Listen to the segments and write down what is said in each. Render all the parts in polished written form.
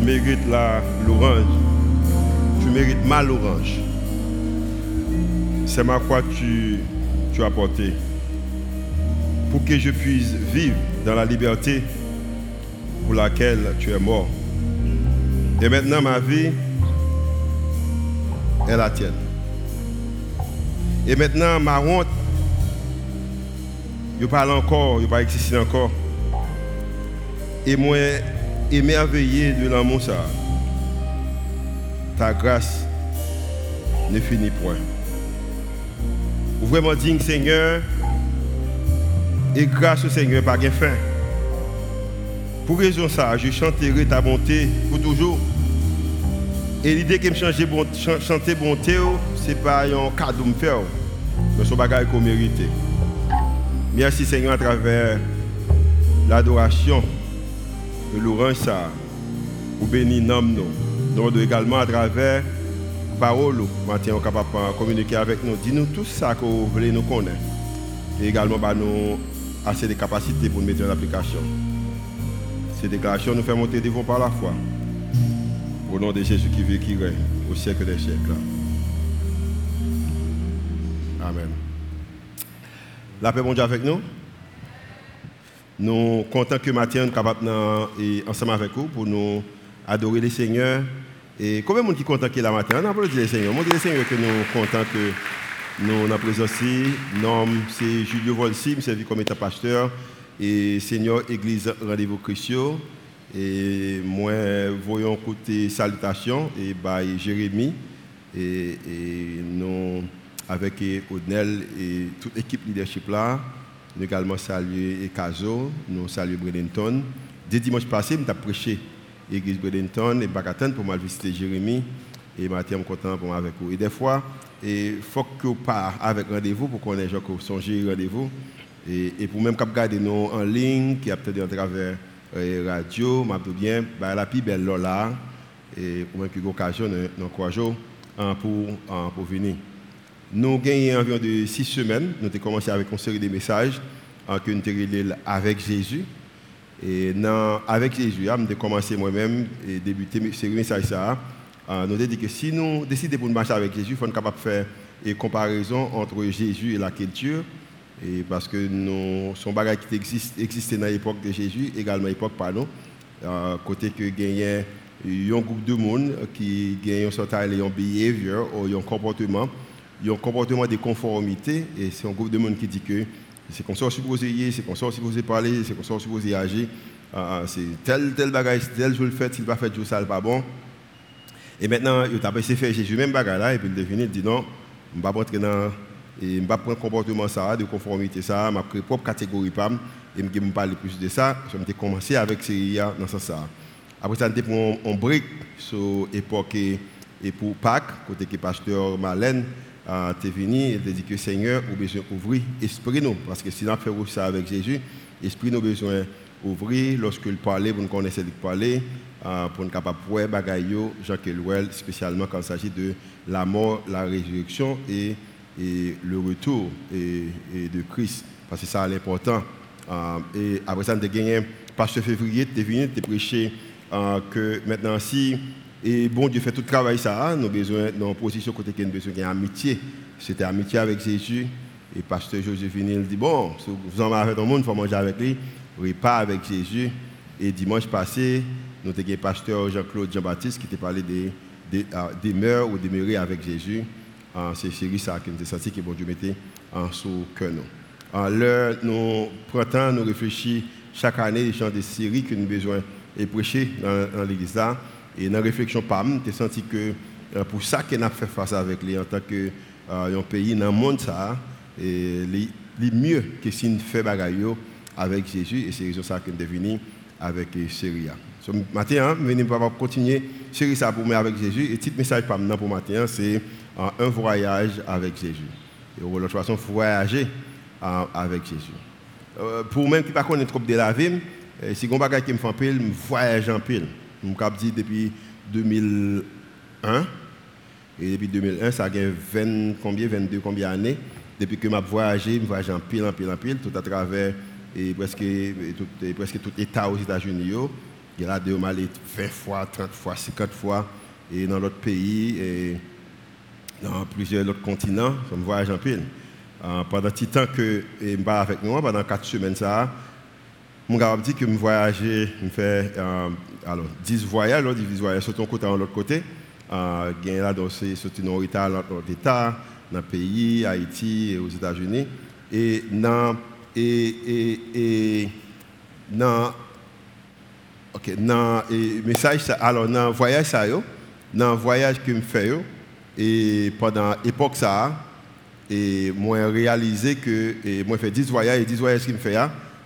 mérites l'orange. Tu mérites mal l'orange. C'est ma croix que tu as portée. Pour que je puisse vivre dans la liberté pour laquelle tu es mort. Et maintenant, ma vie est la tienne. Et maintenant, ma honte, je parle encore, je pas exister encore. Et moi, émerveillé de l'amour, ça. Ta grâce ne finit point. Vraiment digne, Seigneur, et grâce au Seigneur, pas de fin. Pour raison ça, je chanterai ta bonté pour toujours. Et l'idée que je chanter bonté, ce n'est pas un cadeau me faire, mais c'est un bagage qu'on mérite. Merci Seigneur à travers l'adoration de l'orange ça, pour bénir nous. Donc également à travers la parole, maintenant on est capable de communiquer avec nous. Dis-nous tout ça que vous voulez nous connaître. Et également nous assez de capacités pour nous mettre en application. Ces déclarations nous font monter devant par la foi. Au nom de Jésus qui vit, qui règne au siècle des siècles. Amen. La paix bon Dieu avec nous. Nous sommes contents que matin nous sommes capables ensemble avec vous pour nous adorer le Seigneur. Et combien de monde qui est content qu'il est la matin? On applaudit le Seigneur. Montrez le Seigneur que nous sommes contents que nous avons présent ici. Nom c'est Julio Volsi, je suis comme étant pasteur et Seigneur Église Rendez-vous Christian. Et moi, voyons côté salutations et by Jérémy et nous avec Odnel et toute l'équipe leadership là. Nous également saluer Ekazo, nous saluer Bradenton. Dès dimanche passé, nous avons prêché l'église Bradenton et Bakaton pour moi visiter Jérémy et Mathieu, je suis content pour moi avec vous. Et des fois, il faut que vous parlez avec rendez-vous pour qu'on ait gens qui sont rendez-vous. Et pour même garder nous en ligne, qui a peut-être à travers radio, m'a bien, la plus belle Lola, et pour même qu'il y ait occasion dans 3 jours pour venir. Nous gagnons environ de 6 semaines. Nous avons commencé avec une série de messages que nous avons avec Jésus. Et avec Jésus, nous avons commencé moi-même et débuté cette série de messages. Nous avons dit que si nous décidons de marcher avec Jésus, il faut être capable de faire une comparaison entre Jésus et la culture. Et parce que nous sommes des choses qui existaient dans l'époque de Jésus, également à l'époque par nous. Côté que gagnait un groupe de monde qui gagne un certain behavior ou un comportement de conformité. Et c'est un groupe de monde qui dit que c'est comme ça supposé y c'est comme ça supposé parler, c'est comme ça supposé agir. C'est tel bagage, tel jour le fait, s'il ne pas fait jour ça, n'est pas bon. Et maintenant, il a essayé de faire Jésus même bagage là, et puis il devine, il dit non, je ne vais pas rentrer dans. Et je vais prendre un comportement ça, de conformité ça, je vais créer propre catégorie PAM, et je vais parler plus de ça. Je vais commencer avec Syria dans ce sens. Après ça, on prend un break sur l'époque et pour Pâques, côté que le pasteur Marlène est venu et a dit que Seigneur, nous avons besoin d'ouvrir l'esprit nous. Parce que si on fait ça avec Jésus, l'esprit nous a besoin d'ouvrir lorsque il parlait, pour nous connaître de parler, pour nous capable de voir bagaille, Jean-Kelouel, spécialement quand il s'agit de la mort, la résurrection et le retour de Christ, parce que ça c'est important. Et après ça, on a gagné pasteur février, tu es venu, tu as prêché que maintenant, si et bon Dieu fait tout le travail, ça, nous avons besoin d'une position côté qui a besoin d'amitié. C'était amitié avec Jésus. Et pasteur Joséphine, il dit bon, si vous en avez avec tout le monde, il faut manger avec lui, repas avec Jésus. Et dimanche passé, nous avons gagné pasteur Jean-Claude Jean-Baptiste qui t'a parlé des mœurs ou demeurer avec Jésus. C'est série ça qui nous a senti que bon Dieu mettait sous cœur nous. L'heure nous printemps nous réfléchissons chaque année les gens de séries que nous avons besoin de prêcher dans l'église là et dans la réflexion PAM, tu senti que pour ça qu'on a fait face avec les en tant que un pays dans le monde ça et les mieux que si nous fait bagaille avec Jésus et c'est raison ça que nous devons avec série. Ce matin, nous venons continuer série ça pour moi avec Jésus et petit message PAM pour matin c'est un voyage avec Jésus. Et de toute façon, il faut voyager avec Jésus. Pour même qui ne connaissent pas trop de la vie, si on bagage qui me fait en pile, je voyage en pile. Je me dit depuis 2001. Et depuis 2001, ça a 22 combien d'années. Depuis que je voyage en pile, tout à travers presque tout l'État aux États-Unis. Il y a de aller 20 fois, 30 fois, 50 fois, et dans l'autre pays, et dans plusieurs autres continents, je voyage en pile. Pendant tout le temps que je suis avec moi, pendant 4 semaines, je me dit que je voyageais, je fais 10 voyages, 10 voyages sur ton côté et l'autre côté. Là, c'est surtout dans l'État, dans le pays, Haïti et aux États-Unis. Et dans message, alors dans le voyage, dans le voyage que je fais, et pendant l'époque, et moi réalisé que moi fait 10 voyages et 10 voyages que je fais,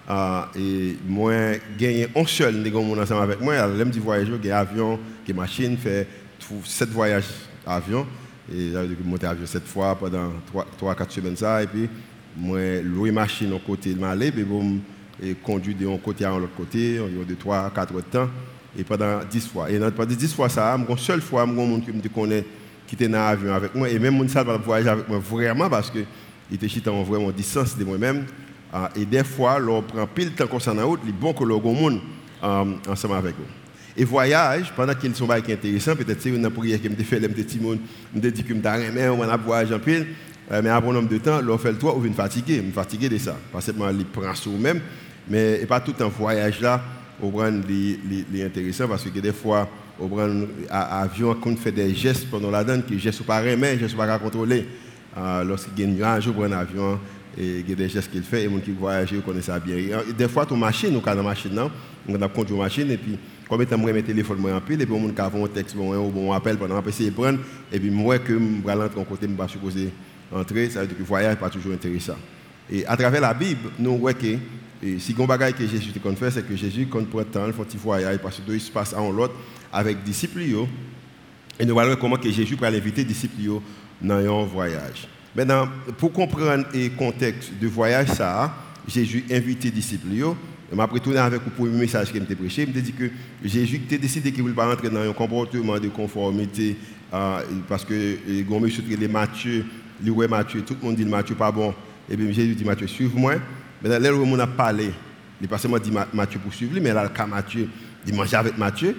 et moi gagné un seul négociation ensemble avec moi. Alors, l'aime du voyage, j'ai avion, j'ai machine, fait 7 voyages avion. Et j'ai monté avion 7 fois pendant 3-4 semaines ça. Et puis, moi, louer machine au côté de Malais, puis bon, et conduit de un côté à l'autre côté, de 3-4 heures de temps, et pendant 10 fois. Et pendant 10 fois ça, une seule fois, il y a un monde qui me connaît, qui était dans l'avion avec moi, et même mon salle va voyager avec moi vraiment parce qu'il était chitant vraiment distance de moi-même. Et des fois, l'on prend pile temps qu'on s'en a route, il est bon que l'on monde ensemble avec nous. Et voyage, pendant qu'ils sont intéressants, peut-être c'est une prière qui me fait, les petits monde, me dit que je me on a voyagé en pile, mais à un bon nombre de temps, l'on fait le tour, on vient fatigué, de ça. Parce que il prend sur même, mais pas tout un voyage là, on prend les intéressants parce que des fois, on prend avion qu'on fait des gestes pendant la donne, qui gestes pas remettre, gestes pas contrôler. Lorsqu'il y a un nuage, on prend un avion. Et il y a des gestes qu'il fait, et les gens qui voyagent, ils connaissent ça bien. Et des fois, ton machine, nous, dans la machine, on a conduit une machine, et puis, comme étant moi, mes téléphones en pile, et puis, on a un texte, on appelle pendant un essayer de prendre, et puis, moi, que je vais rentrer en côté, je ne vais pas supposer entrer, ça veut dire que le voyage n'est pas toujours intéressant. Et à travers la Bible, nous voyons que si on bagaille que Jésus te fait, c'est que Jésus, quand il prend le temps, il fait un petit voyage, parce que deux espaces à l'autre, avec les disciples, et nous voyons comment que Jésus peut inviter les disciples dans un voyage. Maintenant, pour comprendre le contexte du voyage, Jésus a invité les disciples. Je vais retourner avec le premier message qu'il m'a prêché. Il m'a dit que Jésus a décidé qu'il ne voulait pas entrer dans un comportement de conformité parce que les monsieur les Matthieu, Matthieu, tout le monde dit Matthieu pas bon. Et bien Jésus dit Matthieu, suive-moi. Maintenant, là où on a parlé, il n'a pas seulement dit Matthieu pour suivre lui, mais là, quand Matthieu, il mangeait avec Matthieu.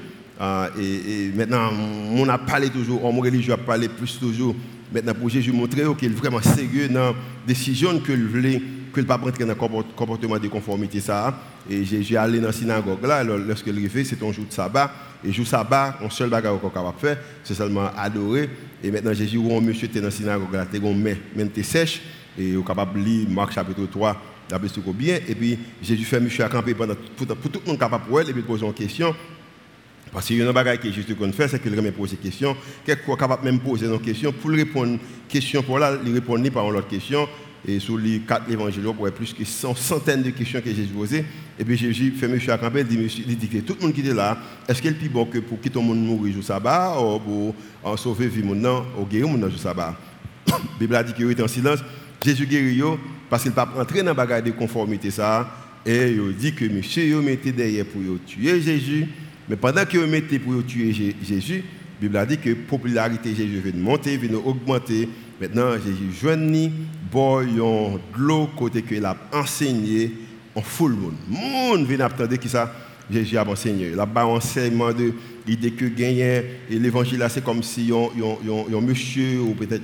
Et maintenant, on a parlé toujours, mon religieux a parlé plus toujours. Maintenant, pour Jésus montrer qu'il est vraiment sérieux dans la décision qu'il voulait, qu'il ne pas rentrer dans le comportement de conformité. Et Jésus est allé dans la synagogue là, lorsque il fait, c'est un jour de sabbat. Et jour de sabbat, un seul bagage qu'on est capable de faire, c'est seulement adorer. Et maintenant, Jésus, où un monsieur était dans la synagogue là, tu es même tu es sèche, et tu es capable de lire Marc chapitre 3, la blessure bien. Et puis, Jésus fait monsieur à camper pour tout le monde capable pour elle, et puis poser une question. Parce qu'il y a un bagage qui est juste qu'on fait, c'est qu'il remet poser des questions. Quelqu'un est capable même poser une question pour répondre question pour là, il répond ni par une autre question. Et sur les 4 évangiles, il y a plus que centaines de questions que Jésus posait. Et puis Jésus fait monsieur à camper, il dit que tout le monde qui est là, est-ce qu'il est plus bon que pour quitter le monde mourir jour sabbat ou pour sauver vie monde ou guérir monde jour sabbat. La Bible a dit qu'il était en silence. Jésus guérit parce qu'il ne peut pas entrer dans le bagage de conformité ça. Et il dit que monsieur mettait derrière pour tuer Jésus. Mais pendant que vous mettez pour tuer Jésus, la Bible a dit que la popularité de Jésus vient monter, vient augmenter. Maintenant, Jésus joignit, boit de l'eau, côté qu'il a enseigné en full monde. Le monde vient attendre qui ça Jésus a enseigné. Là-bas, enseignement de l'idée que gagner et l'évangile, c'est comme si un monsieur ou peut-être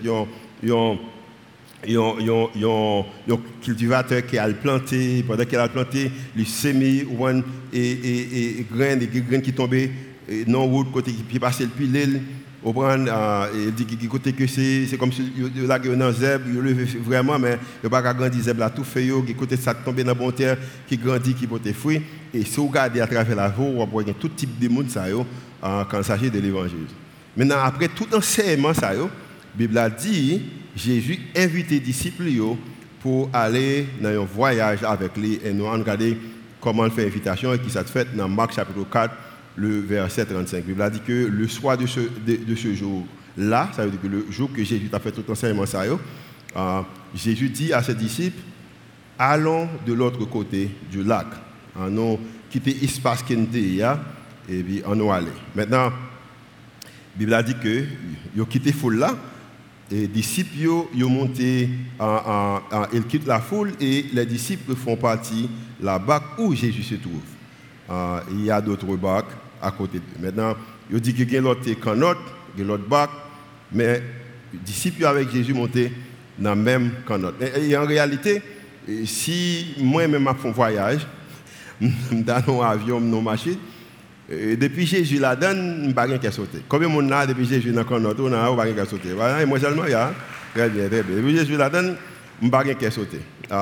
un cultivateur qui a planté, pendant qu'il a planté, il sémé et graines qui tombaient dans la route, côté qui passait le pilel, il dit que côté que c'est comme si il a un zèbre, il levé vraiment, mais il n'a pas grandi zèbre là, tout fait, qui côté ça tombé dans la bonne terre, qui grandit, qui porte fruit. Et si vous regardez à travers la voie, on voit tout type de monde quand il s'agit de l'évangile. Maintenant, après tout enseignement, la Bible a dit, Jésus invite les disciples pour aller dans un voyage avec lui. Et nous allons regarder comment il fait invitation et qui ça fait dans Marc chapitre 4, le verset 35. La Bible a dit que le soir de ce jour-là, ça veut dire que le jour que Jésus a fait tout enseignement, Jésus dit à ses disciples, allons de l'autre côté du lac. On a quitté l'espace qui était là et puis on a allé. Maintenant, la Bible a dit que ils ont quitté la foule là. Les disciples ils monté, ils quittent la foule et les disciples font partie là-bas où Jésus se trouve. il y a d'autres barques à côté d'eux. Maintenant, il dit qu'il y a l'autre canotte, il y a l'autre barque, mais les disciples avec Jésus montaient dans la même canotte. Et en réalité, si moi-même je fais un voyage, dans un avion, dans une machine, depuis Jésus la donne, je ne peux pas sauter. Combien de monde a depuis Jésus dans la canotte, on n'a pas de sauter. Voilà, moi seulement, il y a. Très bien, très bien. Depuis Jésus la donne, je ne peux pas sauter.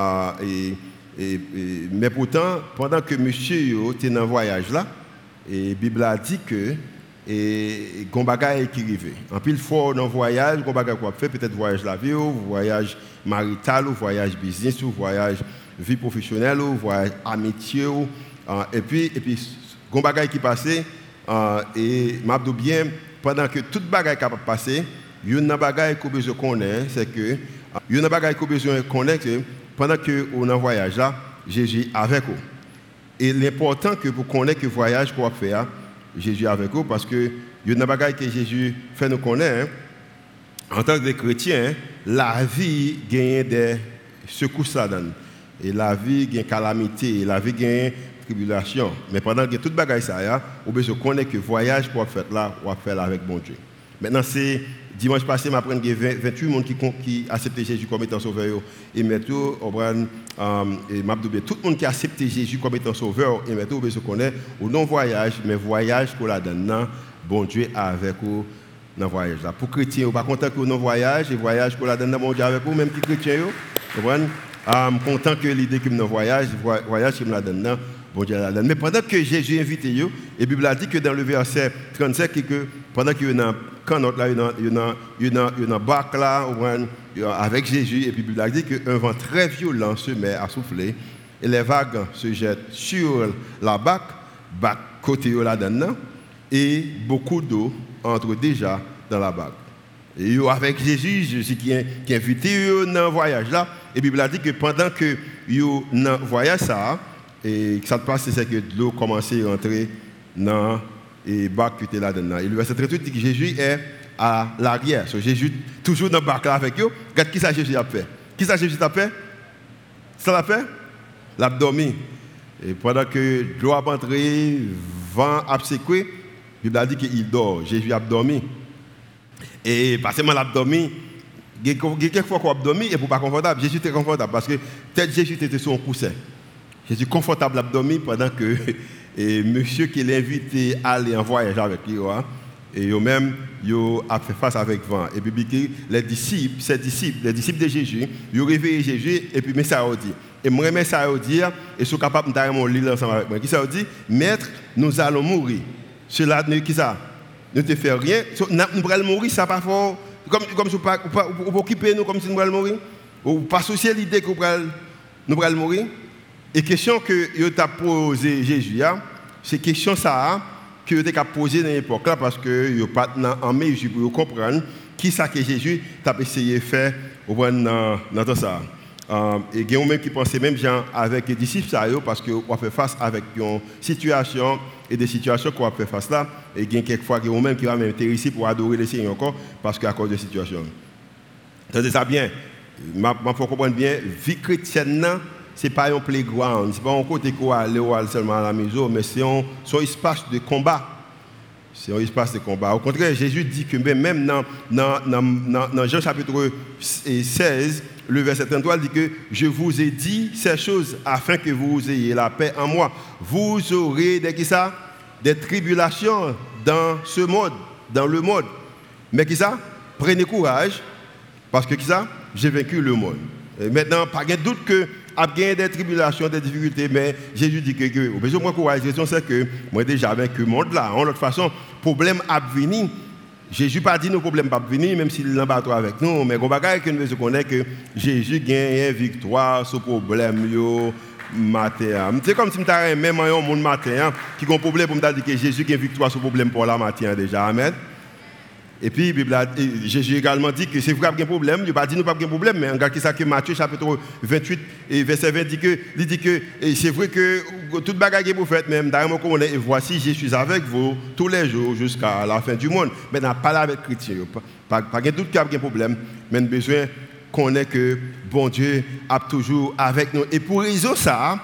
Mais pourtant, pendant que monsieur était dans le voyage là, et la Bible a dit que et Gombaga qui arrivé. En pile fois dans le voyage, Gombaga quoi fait peut-être voyage la vie, ou voyage marital, ou voyage business, ou voyage vie professionnelle, ou voyage amitié, et puis Gombaga qui passait et m'a dit bien pendant que toute bagaille capable passer, il y a une bagaille qu'on besoin connaître, c'est que il y a une bagaille qu'on besoin connaître pendant que on en voyage là, Jésus avec vous. Et l'important que vous connaissez que le voyage qu'on va faire, Jésus avec vous, parce que il y a une bagaille que Jésus fait nous connaître. En tant que chrétien, la vie gagne des secousses là-dedans. Et la vie gagne calamité, et la vie gagne tribulation. Mais pendant que toute bagaille ça, on besoin connaître que le voyage qu'on va faire là, on va faire là avec bon Dieu. Maintenant, c'est dimanche passé, je apprends qu'il y a 28 personnes qui acceptent Jésus comme étant sauveur. Et maintenant, tout le monde qui a accepté Jésus comme étant sauveur, et maintenant, on se connaît au non-voyage, mais voyage qu'on a donné, bon Dieu avec vous dans le voyage. Pour les chrétiens, on n'est pas content que non voyage, et voyage qu'on a donné, bon Dieu avec vous, même les chrétiens. Je suis content que l'idée que nous voyage que nous a donné, bon Dieu la donne. Mais pendant que Jésus a invité, et la Bible a dit que dans le verset 37, que pendant qu'il y a quand là, il y a une barque là, avec Jésus, et puis la Bible a dit qu'un vent très violent se met à souffler, et les vagues se jettent sur la barque côté là-dedans, et beaucoup d'eau entre déjà dans la barque. Et avec Jésus, Jésus qui est invité dans le voyage là, et la Bible a dit que pendant que dans le voyage ça, et que ça se passe, c'est que l'eau commençait à rentrer dans et barque qui était là-dedans. Et le verset 38 dit que Jésus est à l'arrière. So, Jésus toujours dans la barque là avec eux. Regarde qui ça Jésus a fait. Qui ça Jésus a fait? Ça l'a fait? L'abdomen. Et pendant que l'eau a entré, vent a secoué, la Bible a dit qu'il dort. Jésus a dormi. Et pas seulement l'abdomen, il y a quelquefois qu'on a dormi et pour pas confortable. Jésus était confortable parce que peut-être Jésus était sur un coussin. Jésus confortable l'abdomen pendant que et monsieur qui l'a invité à aller en voyage avec lui, et eux-mêmes, ils ont fait face avec vent. Et puis, les disciples de Jésus, ils ont réveillé Jésus, et puis, mais ça a dit. Et moi, ça a dit, et ils sont capables de lire ensemble avec moi. Qui ça a dit? Maître, nous allons mourir. Cela, qui ça? Ne te fait rien. Nous allons mourir, ça pas fort. Comme si vous occuper nous comme si nous allons mourir. Ou pas soucier l'idée que nous allons mourir. Et question que je t'ai posée Jésus, c'est question ça que je t'ai posée dans l'époque là parce que je pas en mesure pour comprendre qui ça que Jésus t'a essayé de faire dans tout ça. Et il y a même qui pensaient même gens avec les disciples ça parce qu'on fait face avec une situation et des situations qu'on fait face là et il y a quelquefois qui ont même qui va même intéressé pour adorer le Seigneur encore parce qu'à cause de la situation. Entendez ça bien. Il faut comprendre bien vie chrétienne ce n'est pas un playground, ce n'est pas un côté où aller seulement à la maison, mais c'est un espace de combat. C'est un espace de combat. Au contraire, Jésus dit que même dans Jean chapitre 16, le verset 33, il dit que « Je vous ai dit ces choses afin que vous ayez la paix en moi. Vous aurez des tribulations dans ce monde, dans le monde. Mais qui ça? Prenez courage, parce que qui ça? J'ai vaincu le monde. » Et maintenant, pas de doute que il y a des tribulations, des difficultés, mais Jésus dit que au besoin de courage, c'est que moi déjà avec le monde là, en l'autre façon, problème à venir. Jésus pas dit nos problèmes pas venir, même s'il est en avec nous, mais on va que nous connaissons que Jésus gagne victoire sur problème yo matin. C'est comme si nous avons même un monde matin qui a un problème pour me dire que Jésus gagne victoire sur problème pour la matin déjà. Amen. Et puis, Jésus également dit que c'est vrai qu'il y a un problème. Il n'a pas dit nous pas de problème, mais regarde ça que Matthieu chapitre 28 et verset 20 dit que c'est vrai que toute bagarre que vous faites, même d'ailleurs, et voici, je suis avec vous tous les jours jusqu'à la fin du monde. Mais n'a pas là avec les chrétiens. Pas de doute qu'il y a un problème, mais nous avons besoin qu'on ait que bon Dieu est toujours avec nous. Et pour raison ça,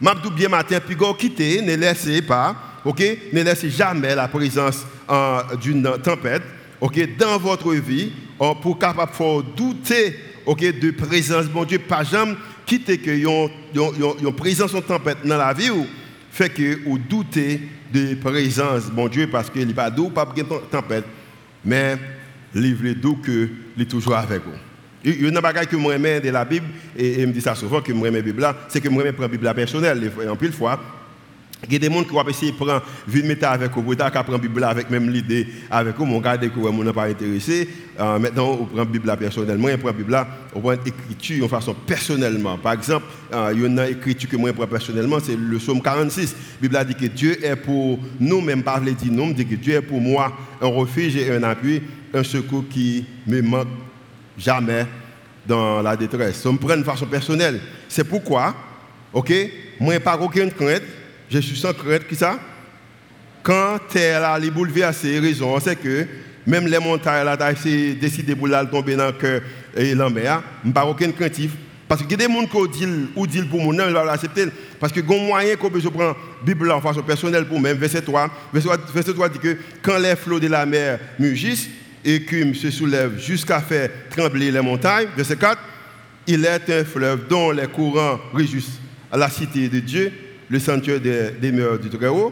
m'a dit bien matin, puis go quitter, ne laissez pas, ok, ne laissez jamais la présence d'une tempête, ok, dans votre vie, pour capable faire douter, ok, de présence, bon Dieu, pas jamais quitter que yon présence en tempête dans la vie ou fait que vous doutez de présence, bon Dieu, parce qu'il n'est pas doux, pas de tempête, mais livre doux que il est toujours avec vous. Il y a une chose que moi j'aime de la Bible, et me dit ça souvent, que moi j'aime la Bible, c'est que moi j'aime prendre la Bible personnelle, en pile fois. Il y a des gens qui vont essayer de prendre, venir mettre avec vous, pour prendre la Bible avec même l'idée avec vous, mon gars, que vous n'êtes pas intéressé. Maintenant, on prend la Bible personnellement. Moi, je prends la Bible, on prend l'écriture de façon personnellement. Par exemple, il y a une écriture que moi je prends personnellement, c'est le psaume 46. La Bible dit que Dieu est pour nous, même pas le dire nous, dit que Dieu est pour moi un refuge et un appui, un secours qui ne me manque jamais dans la détresse. On me prend de façon personnelle. C'est pourquoi, ok, moi, je n'ai pas aucune crainte. Je suis sans crainte, qui ça? Quand terre a les bouleversé, raison, c'est que même les montagnes là, ont décidé de tomber dans le cœur et la mer, je n'ai pas aucun craintif. Parce qu'il y a des gens qui disent pour moi, non, ils vont l'accepter. Parce que y a un moyen qu'on peut prendre la Bible en façon personnelle pour même. Verset 3 dit que quand les flots de la mer mugissent, écume se soulève jusqu'à faire trembler les montagnes. Verset 4, il est un fleuve dont les courants réjouissent à la cité de Dieu, le sanctuaire des demeures du Très-Haut.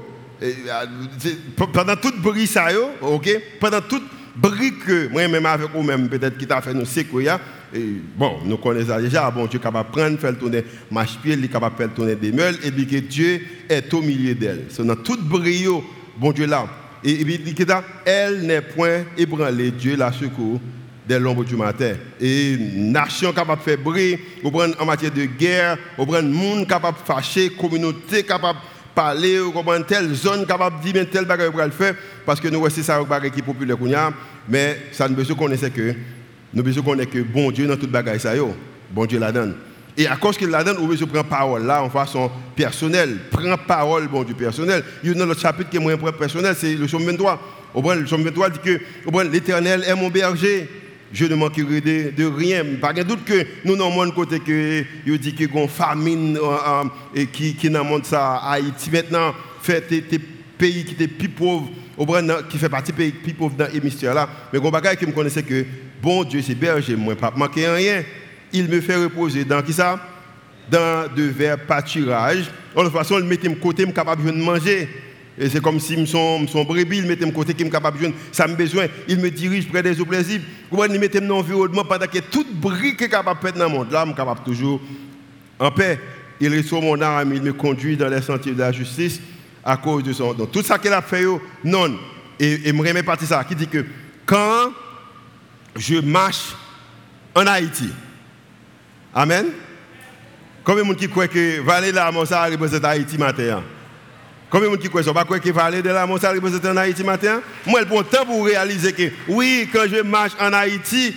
Pendant toute bruit ça, ok? Pendant toute bruit que moi-même avec vous-même, peut-être qui t'a fait nous sécouiller, bon, nous connaissons déjà, bon Dieu est capable de prendre, faire tourner marche-pied, il est capable de faire tourner des meules, et puis que Dieu est au milieu d'elle. C'est dans toute bruit, bon Dieu là. Et puis il dit que elle n'est point ébranlée, Dieu la secours dès l'ombre du matin. Et nation capable de faire bruit, en matière de guerre, monde capable de fâcher, communauté capable de parler, telle zone capable de dire tel bagage pour le faire, parce que nous c'est ça qui est populaire, mais ça ne besoin connaître que nous besoin connaître que bon Dieu dans toute bagage ça yo, bon Dieu la donne. Et à cause qu'il la donne, on veut prendre parole là en façon personnelle, prend parole bon Dieu personnel. Il y a notre chapitre qui est moins personnel, c'est le psaume 23. Le psaume 23 dit que l'Éternel est mon berger. Je ne manquerai de rien. Pas de doute que nous dans mon côté que il dit que une famine et qui dans monde ça Haïti maintenant fait des pays qui étaient plus pauvres qui fait partie des pays plus pauvres dans l'hémisphère là. Mais gon bagage qui me connaissait que bon Dieu c'est berger, moi pas manquer rien. Il me fait reposer dans qui ça? Dans de verts pâturages. De toute façon, il met de côté, je suis capable de manger. Et c'est comme si je suis brebis, il met de côté, je suis capable de ça me besoin. Il me dirige près des eaux plaisibles. Il met dans l'environnement pendant que toute brique est capable de faire dans le monde. Là, je suis capable toujours en paix. Il restaure mon âme, il me conduit dans les sentiers de la justice à cause de son. Donc, tout ça qu'il a fait, non. Et je me remets partie ça, qui dit que quand je marche en Haïti, amen. Combien de gens qui croient que Vallée de la Monsa représente Haïti matin? Combien de gens qui croient ça? Pas croire que Vallée de la Monsa représente Haïti matin? Moi, je prends le temps pour réaliser que oui, quand je marche en Haïti,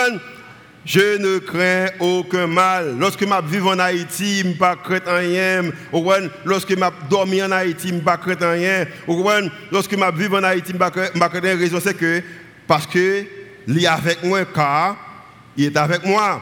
je ne crains aucun mal. Lorsque je vis en Haïti, je ne crains rien. Lorsque je dormi en Haïti, je ne crains rien. Lorsque je vis en Haïti, je ne crains rien. La raison, c'est que parce que il est avec moi, car il est avec moi.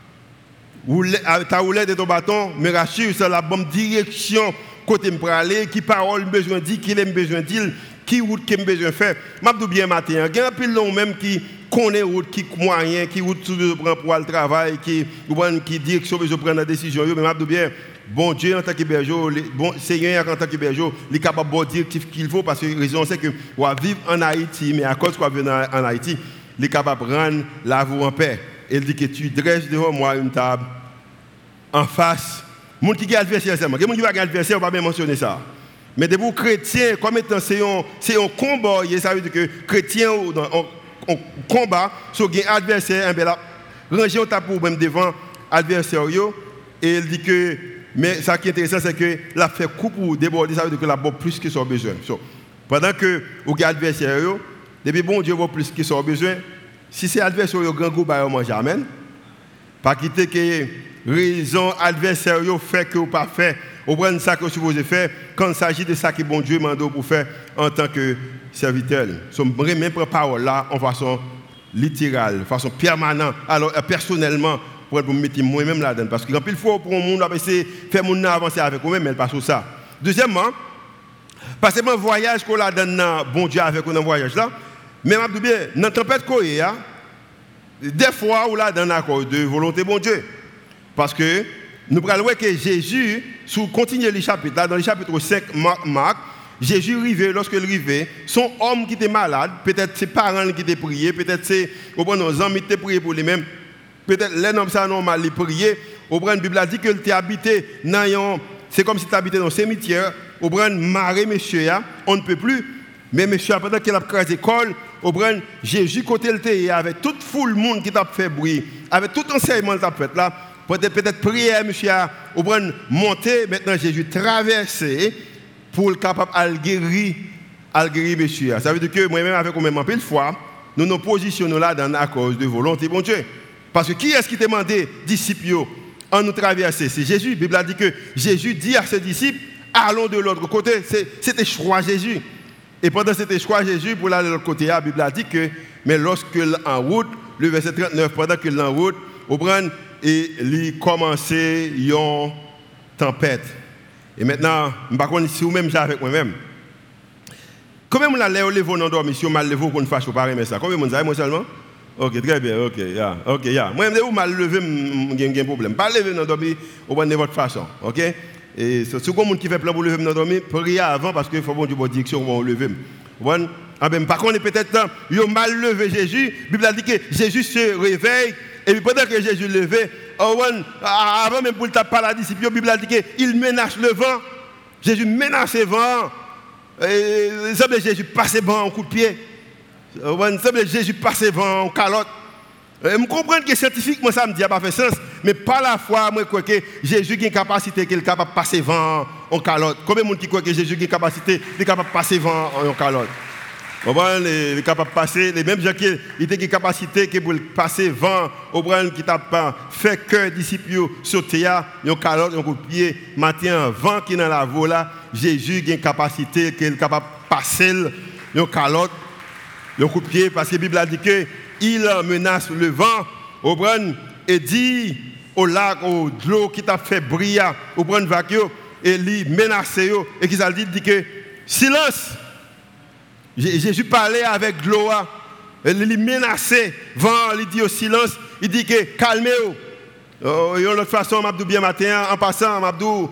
Ta roulette de ton bâton, me rassure, c'est la bonne direction côté me aller, qui parole besoin dire, qui l'aime besoin dire, qui route qui me besoin faire. M'a dit bien matin, il y a un pile long même qui connaît route, qui moyen, qui route besoin prendre pour le travail, qui direction besoin prendre la décision, mais m'a dit bien bon Dieu en tant que berger, bon Seigneur en tant que berger, il est capable de dire qu'il faut parce que la raison c'est que on va vivre en Haïti, mais à cause qu'on vit en Haïti, il est capable de rendre la vie en paix. Il dit que tu dresses devant moi une table en face. Les gens qui ont adversaire, c'est moi. Les gens qui ont adversaire, on ne va pas bien mentionner ça. Mais des vous chrétiens, comme étant c'est un combat, ça veut dire que chrétiens on combat, sur un adversaire, ranger ta pour même devant l'adversaire. Et il dit que, mais ça qui est intéressant, c'est que la fait coup pour déborder, ça veut dire que la boit plus que son besoin. Pendant que vous avez adversaire, depuis bon Dieu vaut plus que son besoin. Si c'est adversaire, le grand groupe va manger, amen. Pas quitter que raison adversaire fait que vous pas fait. Vous prenez ça que vous avez fait quand il s'agit de ça que bon Dieu m'a demandé pour faire en tant que serviteur. Nous même prendre parole là en façon littérale, de façon permanente. Alors personnellement, pour me mettre moi-même là-dedans. Parce que quand il faut pour un monde, essayer de faire mon avancer avec vous-même, elle passe sur ça. Deuxièmement, parce que mon voyage qu'on a dans bon Dieu avec nous dans voyage là, mais je dis bien, dans la tempête qu'on a, des fois, on a dans accord de volonté bon Dieu. Parce que nous allons voir que Jésus, si vous continuez le chapitre, là, dans le chapitre 5, Marc, Jésus arrivé, lorsqu'il arrivait, son homme qui était malade, peut-être ses parents qui étaient priés, peut-être ses amis qui étaient priés pour lui-même, peut-être les hommes ça normal, ils priaient. La Bible a dit qu'il était habité dans c'est comme si tu habitais dans un cimetière, au brin maré, monsieur, on ne peut plus. Mais monsieur, pendant qu'il a crasé l'école, au brin Jésus, côté le thé, avec toute foule monde qui t'a fait bruit, avec tout enseignement qui t'a fait là, peut-être prière, monsieur, au brin monter, maintenant Jésus traverser pour le capable de guérir, monsieur. Ça veut dire que moi-même, avec moi-même, en pile fois, nous nous positionnons là dans la cause de volonté, bon Dieu. Parce que qui est-ce qui t'a demandé, disciples, en nous traverser? C'est Jésus. La Bible a dit que Jésus dit à ses disciples, allons de l'autre côté. C'était choix Jésus. Et pendant cet choix Jésus, pour aller de l'autre côté, la Bible a dit que, mais lorsque en route, le verset 39, pendant qu'il est en route, il commençait une tempête. Et maintenant, je ne sais pas si vous-même, j'ai avec moi-même. Combien de gens ont levé dans dormi, si vous mal levé, qu'on ne fasse pas ça? Combien de gens avez moi seulement? Ok, très bien, ok, yeah, ok, yeah. Moi, je mal levé, j'ai un problème. Pas lever dans dormi, de votre façon, ok? Et si vous avez qui fait plan pour lever dans dormi, priez avant parce qu'il faut bon Dieu bonne direction pour lever. Par contre, peut-être, ils ont mal levé Jésus. La Bible a dit que Jésus se réveille. Et puis pendant que Jésus levait, avant même pour le taper la disciple, la Bible a dit qu'il menace le vent. Jésus menace le vent. Et il semble que Jésus passe le vent en coup de pied. Il semble que Jésus passe le vent en calotte. Je comprends que scientifiquement ça me dit pas fait sens, mais par la foi, moi je crois que Jésus a une capacité qu'il est capable de passer le vent en calotte. Combien de gens qui croient que Jésus a une capacité de passer le vent en calotte? Il est capable de passer, les mêmes gens qui ont une capacité pour passer vent, qui t'a fait que disciples sauter, ils ont calotte, ils ont coup de pied, matin, vent qui est dans la voie là, Jésus a une capacité qu'il est capable de passer, ils ont calotte, ils ont coup de pied, parce que la Bible a dit qu'il menace le vent, et dit au lac, au l'eau qui t'a fait briller, au vague, et il menace, et qu'il a dit que silence. Jésus parlait avec l'eau, il menaçait, vent, il dit au silence, il dit que calmez-vous. De l'autre façon, Mabdou bien matin, en passant, Mabdou,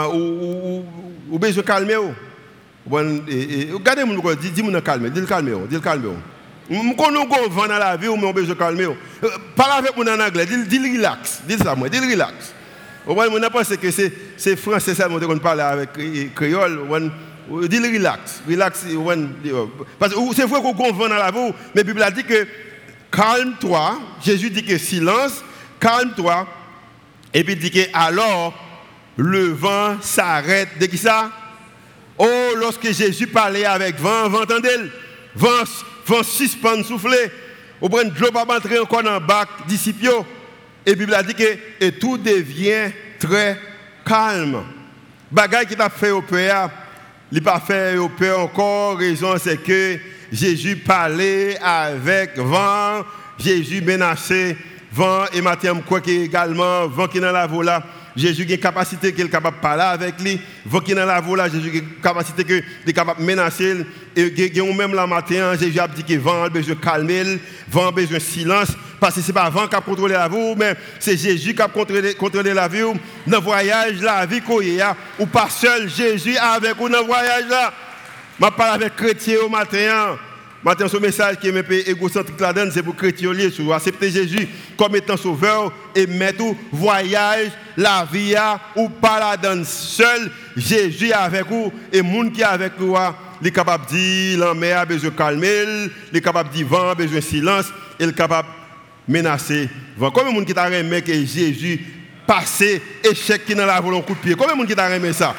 ou besoin de calmer-vous. Regardez-moi, dis-moi calmer, dis-le calmer-vous. Je connais un vent dans la vie, mais on besoin de calmer-vous. Parle avec moi en anglais, dis-le relax, dis ça moi, dis-le relax. On a pensé que c'est français seulement qu'on parle avec créole. Dis relax. Parce que c'est vrai qu'on vent dans la vie, mais la Bible a dit que calme-toi. Jésus dit que silence, calme-toi. Et puis il dit que alors le vent s'arrête. De qui ça? Oh, lorsque Jésus parlait avec vent, vent entendez-le? Vent suspend, souffler. Au point de l'eau pas entrer encore dans le bac, disciples. Et la Bible a dit que et tout devient très calme. Bagaille qui t'a fait au père. Il n'a pas fait au peur encore. Raison, c'est que Jésus parlait avec vent. Jésus menaçait vent. Et maintenant, je crois également, vent qui est dans la voie là. Jésus a une capacité qu'il est capable de parler avec lui. Vent qui est dans la voie là. Jésus a une capacité qu'il est capable de menacer. Et même la matin, Jésus a dit que vent a besoin de calmer. Vent a besoin de silence. Parce que ce n'est pas vent qui a contrôlé la vie, mais c'est Jésus qui a contrôlé la vie. Dans le voyage, la vie qu'on y a, ou pas seul Jésus avec vous dans le voyage là. Je parle avec les chrétiens au matin. Maintenant, ce message qui est un peu égocentrique là-dedans, c'est pour les chrétiens liés. Accepter Jésus comme étant sauveur et mettre tout voyage, la vie, ou pas là-dedans seul. Jésus avec vous et le monde qui est avec vous, il est capable de dire la mer a besoin de calmer, il est capable de dire vent a besoin de silence, il est capable menacé. Combien de gens qui t'a remis que Jésus passé échec qui dans la voie, un coup de pied? Combien de gens qui t'a remis ça?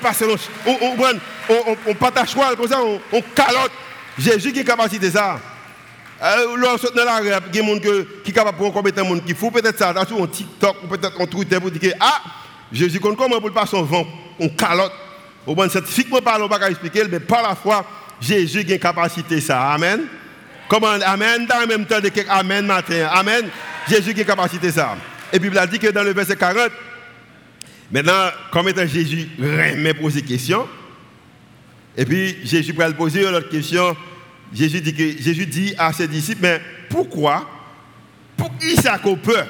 On partage quoi comme ça, on calotte. Jésus qui est capable de ça. Lorsque dans la rue, il y a des gens qui sont capables de prendre des gens qui font peut-être ça, sur un TikTok ou peut-être un Twitter pour dire que Jésus compte comment pour passer son vent, on calotte. Au bon scientifiquement parlant, on ne peut pas expliquer, mais par la foi, Jésus a une capacité ça. Amen. Comment Amen dans le même temps de quelques Amen matin. Amen. Jésus qui a capacité ça. Et puis, il a dit que dans le verset 40, maintenant, comme étant Jésus remet poser question, et puis Jésus va poser une autre question. Jésus dit à ses disciples, mais pourquoi? Pour qui ça qu'on peur?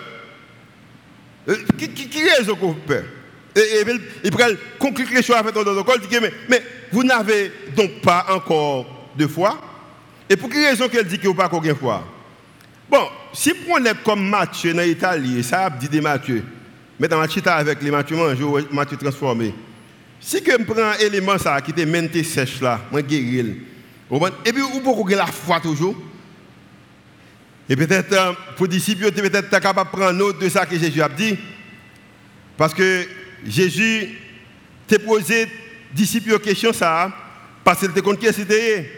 Qui raison qu'on peur? Et il prend conclure les choses avec ton protocole, il dit, mais vous n'avez donc pas encore de foi? Et pour quelle raison qu'elle dit que vous n'avez pas encore de foi? Bon, si vous prenez comme Matthieu dans l'Italie, ça a dit de Matthieu, mais dans Matthieu avec les Matthieu mange, Matthieu transformé. Si que je prends un élément ça qui te mente sèche là, moi guérir. Et puis vous pouvez la foi toujours. Et peut-être pour les disciples, peut-être capable de prendre note de ça que Jésus a dit. Parce que Jésus t'a posé disciples une question ça parce qu'il te connaît qui c'était.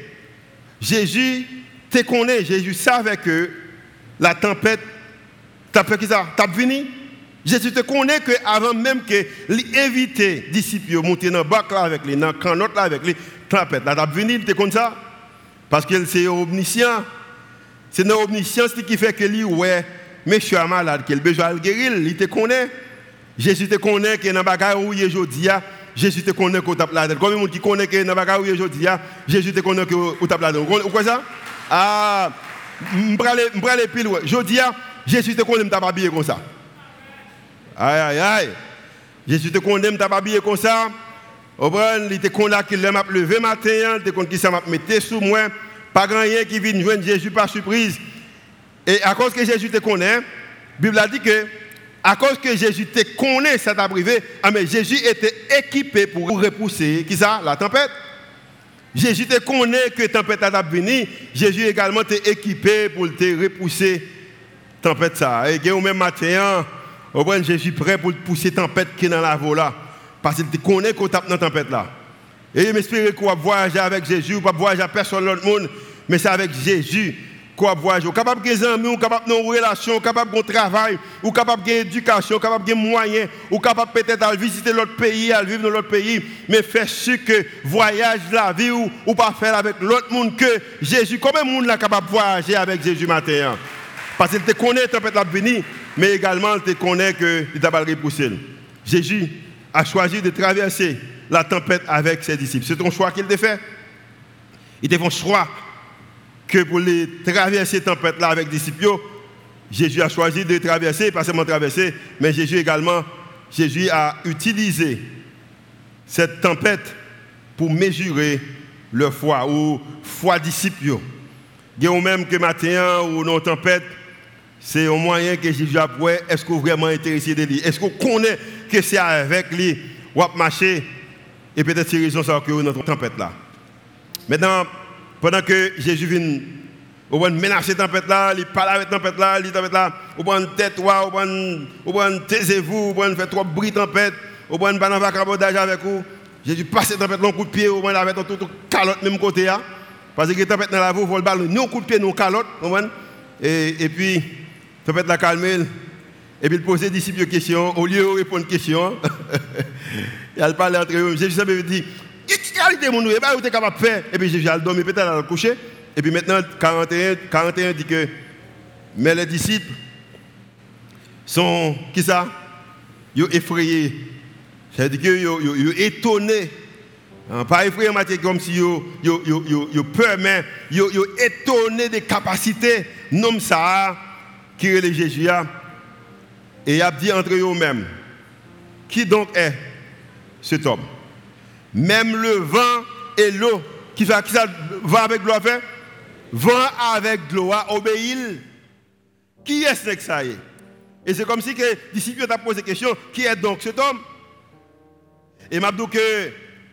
Jésus te connaît, Jésus savait que la tempête t'as fait qui ça, t'as venu. Jésus te connaît que avant même que l'invité disciples monter dans le bac là avec les dans canotte là avec les tempêtes là t'as venu, il te connaît ça parce que c'est omniscient. C'est notre omniscience qui fait que lui ouais monsieur est malade qu'il besoin de guérir, il te connaît. Jésus te connaît que dans bagaille où il est aujourd'hui, Jésus te connaît que tape là-dedans. Combien de monde qui connaît que dans bagaille où il est aujourd'hui, Jésus te connaît que tape là-dedans. Vous quoi ça? Ah, m'brale pile ouais. Aujourd'hui, Jésus te connaît m't'a habillé comme ça. Aïe aïe aïe. Jésus te connaît m't'a habillé comme ça. Il te connaît qu'il m'a levé matin, il te connaît qui ça m'a metté sous moi. Pas grand rien qui vient joindre Jésus par surprise. Et à cause que Jésus te connaît, la Bible a dit que à cause que Jésus te connaît, ça t'a privé, mais Jésus était équipé pour repousser qui ça, la tempête. Jésus te connaît que la tempête a venu, Jésus également t'est équipé pour te repousser la tempête ça. Et au même matin, Jésus prêt pour pousser la tempête qui est dans la voie là. Parce qu'il te connaît qu'on tape dans la tempête là. Et il m'espère qu'on va voyager avec Jésus, ou pas voyager avec personne d'autre monde, mais c'est avec Jésus qu'on va voyager. Ou capable de amis, ou capable de relation, ou capable de travail, ou capable d'éducation, ou capable de moyens, ou capable peut-être de visiter l'autre pays, à vivre dans l'autre pays, mais faire sûr que voyage la vie ou pas faire avec l'autre monde que Jésus. Combien de monde est capable de voyager avec Jésus matin? Parce qu'il te connaît, tu peux venir, mais également il te connaît qu'il t'a pas repoussé. Jésus a choisi de traverser la tempête avec ses disciples. C'est ton choix qu'il t'a fait. Il t'a fait un choix que pour les traverser cette tempête-là avec les disciples, Jésus a choisi de traverser, pas seulement traverser, mais Jésus a utilisé cette tempête pour mesurer leur foi, ou foi disciples. Il y a même que matin ou dans tempête, c'est un moyen que Jésus a pris. Est-ce qu'on est vraiment intéressé de lui? Est-ce qu'on connaît que c'est avec lui ou à marcher? Et peut-être c'est raison ça que notre tempête là. Maintenant, pendant que Jésus vient menacer la tempête là, il parle avec la tempête là, il tempête là, ou prend tête ou prend taisez-vous, ou prend fait trop bruit tempête, ou prend pas dans vacabondage avec vous. Jésus passe la tempête long coup de pied, ou prend avec tout calotte même côté là. Parce que la tempête dans la voie, il faut le ballon, nous coup de pied, nous calotte, et puis la tempête la calme. Et puis il pose aux disciples des questions, au lieu de répondre aux questions, il parle entre eux. Jésus s'est dit, quelle qualité mon nous, et bien vous êtes capable de faire. Et puis Jésus a dormi peut-être à le coucher. Et puis maintenant, 41 dit que, mais les disciples sont, qui ça? Ils sont effrayés. C'est-à-dire qu'ils sont étonnés. Pas effrayés, comme si ils ont peur, mais ils sont étonnés des capacités. Nom ça, qui est le Jésus. Et il a dit entre eux-mêmes, qui donc est cet homme? Même le vent et l'eau, qui va avec l'eau, vent avec l'eau, obéit. Qui est ce que ça est? Et c'est comme si les disciples ont posé la question, qui est donc cet homme? Et m'a dit que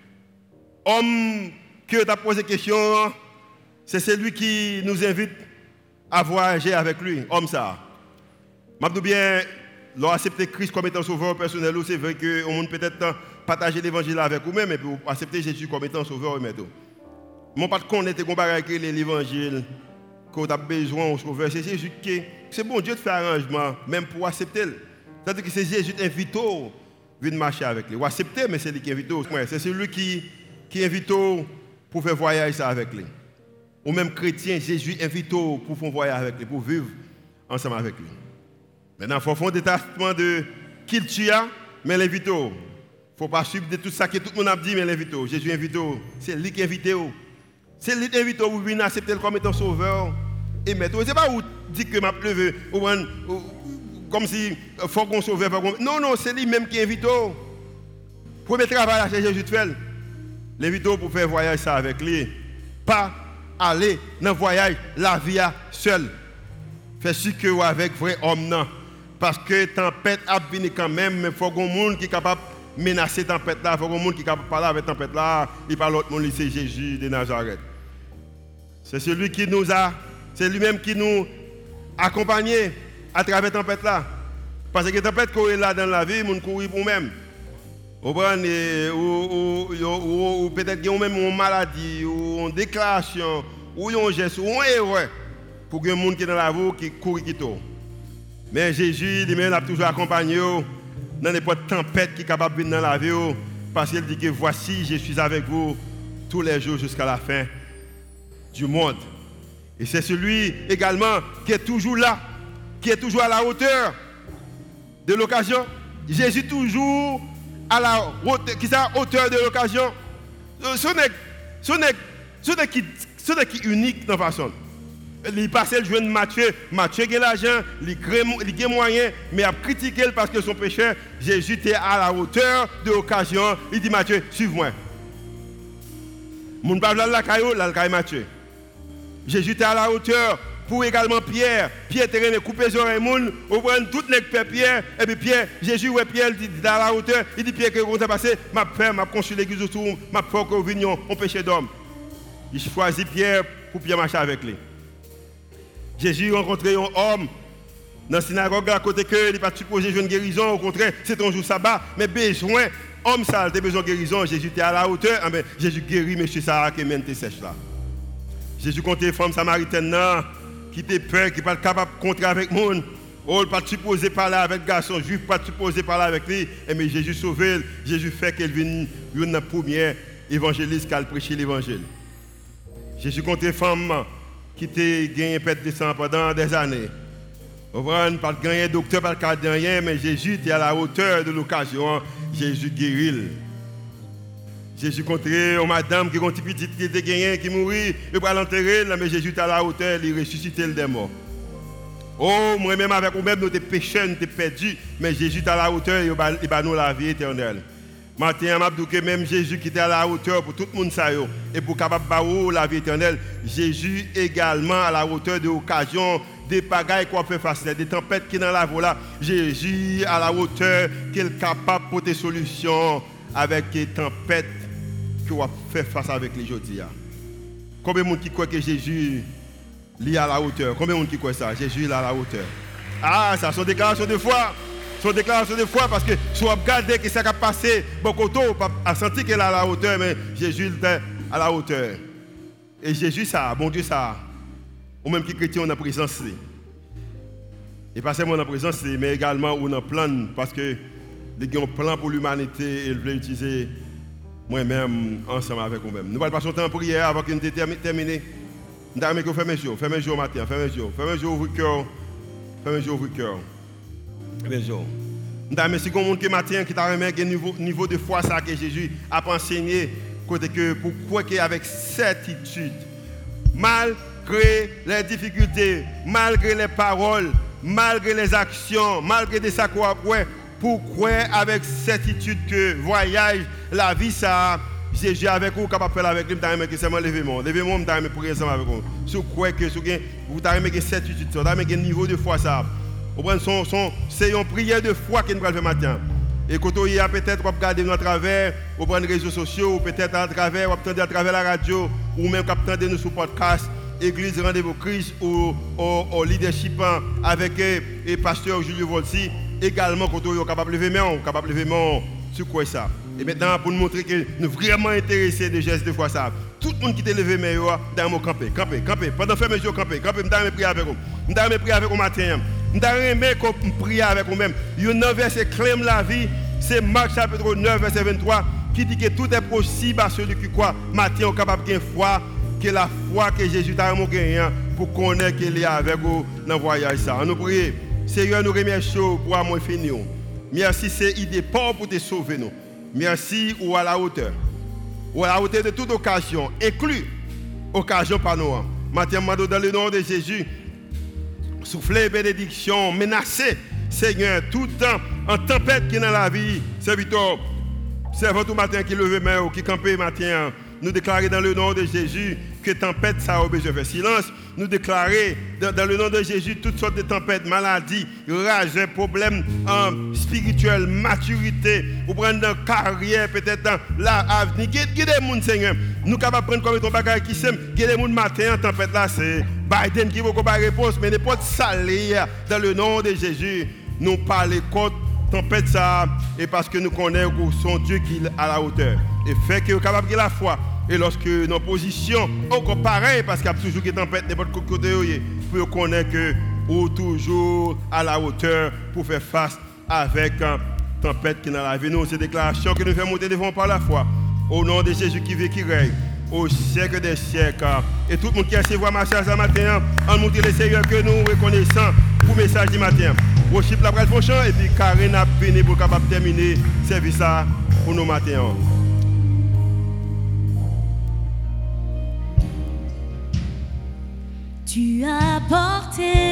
l'homme qui a posé la question, c'est celui qui nous invite à voyager avec lui, homme ça. M'a dit bien, l'on accepter Christ comme étant sauveur personnel, c'est vrai qu'on monde peut-être partager l'évangile avec vous-même et puis accepter Jésus comme étant sauveur et maître. Mon pas connaître avec l'évangile qu'on a besoin de sauveur, c'est Jésus qui c'est bon Dieu de faire arrangement même pour accepter. C'est-à-dire que c'est Jésus qui invite à venir marcher avec lui. Ou accepter mais c'est lui qui invite. C'est celui qui invite pour faire voyage ça avec lui. Ou même chrétien, Jésus invite pour faire voyage avec lui, pour vivre ensemble avec lui. Maintenant, il faut faire un détachement de qui tu as, mais l'invite. Il ne faut pas suivre de tout ça que tout le monde a dit, mais l'invite. Jésus invite. C'est lui qui invite. C'est lui qui invite pour venir accepter comme étant sauveur. Et mettre. Ce n'est pas où dit que m'a pleuvé, comme si il faut qu'on sauve. Non, non, c'est lui-même qui invite. Premier travail à Jésus de faire. L'invite pour faire voyage ça avec lui. Pas aller dans le voyage, la vie seule. Fait ce que vous avec vrai homme. Non. Parce que la tempête a venu quand même, mais il faut que monde qui est capable de menacer la tempête là. Il faut que monde qui est capable de parler avec la tempête là. Il parle l'autre monde, c'est Jésus de Nazareth. C'est celui qui nous a, c'est lui-même qui nous accompagne à travers la tempête là. Parce que la tempête qu'on est là dans la vie, on court pour nous-mêmes. Ou peut-être qu'il y a même une maladie, ou une déclaration, ou un geste, ou un erreur pour que les gens qui sont dans la vie qui courent qui tournent. Mais Jésus lui-même a toujours accompagné dans n'importe quelle tempête qui est capable de venir dans la vie parce qu'il dit que voici, je suis avec vous tous les jours jusqu'à la fin du monde. Et c'est celui également qui est toujours là, qui est toujours à la hauteur de l'occasion. Jésus toujours à la hauteur de l'occasion. Ce n'est qui unique dans la façon. Il passe le jeune Matthieu. Matthieu a l'argent, il a moyen, mais il a critiqué parce que son péché, Jésus était à la hauteur de l'occasion. Il dit Matthieu, suive-moi. Mon parle la caillou, la caille Matthieu. Jésus était à la hauteur pour également Pierre. Pierre était coupé les oreilles, on prend toutes les Pierre, et puis Pierre, Jésus ouais Pierre, il dit à la hauteur, il dit Pierre que vous avez passé, ma peur, ma construit l'église autour, ma peur que vous veniez en péché d'homme. Il choisit Pierre pour Pierre marcher avec lui. Jésus a rencontré un homme dans la synagogue à côté que il n'a pas supposé une guérison, au contraire, c'est un jour sabbat, mais besoin, homme ça, a besoin de guérison, Jésus était à la hauteur, mais Jésus guérit monsieur Sarah qui mène tes sèches là. Jésus comptait une femme samaritaine qui était peur, qui n'est pas capable de contrer avec le monde. Oh, pas supposé parler avec le garçon juif, pas supposé parler avec lui, mais Jésus sauvé, Jésus fait qu'elle vienne une première évangéliste qui a prêché l'évangile. Jésus comptait une femme qui a gagné un pète de sang pendant des années. On ne pas gagner docteur, pas de rien, mais Jésus était à la hauteur de l'occasion. Jésus guérit. Jésus rencontré une madame qui a un petit petit qui était gagné, qui mourit, il va l'enterrer, mais Jésus était à la hauteur, il ressuscité le démon. Oh, moi-même avec nous-mêmes, nous étions pécheurs, nous étions perdus, mais Jésus était à la hauteur, il va nous la vie éternelle. Maintenant, je dis que même Jésus qui était à la hauteur pour tout le monde, et pour capable de la vie éternelle, Jésus également à la hauteur de l'occasion, des bagailles qu'on peut faire face, des tempêtes qui sont dans la voie là. Jésus à la hauteur, qui est capable de porter solution avec les tempêtes qu'on va faire face avec les aujourd'hui. Combien de gens qui croient que Jésus est à la hauteur? Combien de gens qui croient ça? Jésus est à la hauteur. Ah, ça sont déclarations de foi. Son déclaration de foi parce que si on regarde que ça a passé, beaucoup de temps, on a senti qu'elle est à la hauteur, mais Jésus est à la hauteur. Et Jésus, ça, bon Dieu, ça, ou même qui chrétien, on a présence. Et pas seulement on a présence, mais également on a plan, parce que il y a un plan pour l'humanité et il veut utiliser moi-même ensemble avec vous-même. Nous allons passer un temps en prière avant que nous terminions. Nous allons faire mes jours au matin, faire mes jours au cœur, faire mes jours au cœur. Bonjour. Nous remercions le monde qui matin qui t'a remis un niveau de foi ça que Jésus a enseigné côté que pourquoi avec certitude malgré les difficultés, malgré les paroles, malgré les actions, malgré des sacs pourquoi avec certitude que voyage la vie ça Jésus avec vous capable de faire avec lui que c'est moi levez-moi m'ta remet pour ensemble avec vous. Sur quoi que vous t'a remis certitude ça, t'a remis un niveau de foi ça. C'est une prière de foi que nous allons faire matin. Et quand on y a peut-être regarder à travers les réseaux sociaux, ou peut-être à travers la radio, ou même attendre nous sur podcast, Église Rendez-vous Christ, ou au leadership avec le pasteur Julio Volsi, également quand on est capable de lever main, sur quoi ça. Et maintenant, pour nous montrer que nous sommes vraiment intéressés de gestes de foi ça. Tout le monde qui est levé main, dans camper. Pendant faire mes jours camper, nous allons prier avec vous. Nous allons prier avec vous matin. Nous allons prier avec vous-même. Il y a un verset clame la vie, c'est Marc chapitre 9, verset 23, qui dit que tout est possible à celui qui croit. Matin, on est capable de foi, que la foi que Jésus t'a gagné pour connaître qu'il est avec vous dans le voyage. On nous prie. Seigneur, nous remercions pour amour fini. Merci, c'est idée pas pour te sauver nous. Merci ou à la hauteur. Ou à la hauteur de toute occasion, inclus occasion par nous. Maintenant, dans le nom de Jésus, soufflez bénédiction, menacez, Seigneur, tout le temps en tempête qui est dans la vie, serviteur, servant tout matin qui leve main ou qui campe matin, nous déclarer dans le nom de Jésus que tempête ça a besoin de faire silence. Nous déclarer dans le nom de Jésus toutes sortes de tempêtes, maladies, rage, problèmes spirituels, maturité, ou prendre dans carrière, peut-être dans l'avenir. Qui des gens, Seigneur, nous sommes capables de prendre comme ton bagage qui s'aime, qui des gens matin en tempête là, c'est Biden qui va pas réponse, mais n'importe salé dans le nom de Jésus. Nous parlons contre tempête ça, et parce que nous connaissons son Dieu qui est à la hauteur. Et fait que nous sommes capables de la foi. Et lorsque nos positions, encore pareil, parce qu'il y a toujours des tempêtes de votre côté, pour connaître que nous toujours à la hauteur pour faire face avec une tempête qui est dans la vie. Nous, c'est une déclaration que nous faisons monter devant par la foi. Au nom de Jésus qui vit, qui règne, au siècle des siècles. Et tout le monde qui a recevoir ma charge ce matin, en montrant le Seigneur que nous reconnaissons pour le message du matin. Worship la presse prochain, et puis Karine a béni pour capable terminer le service pour nous matin. Tu as porté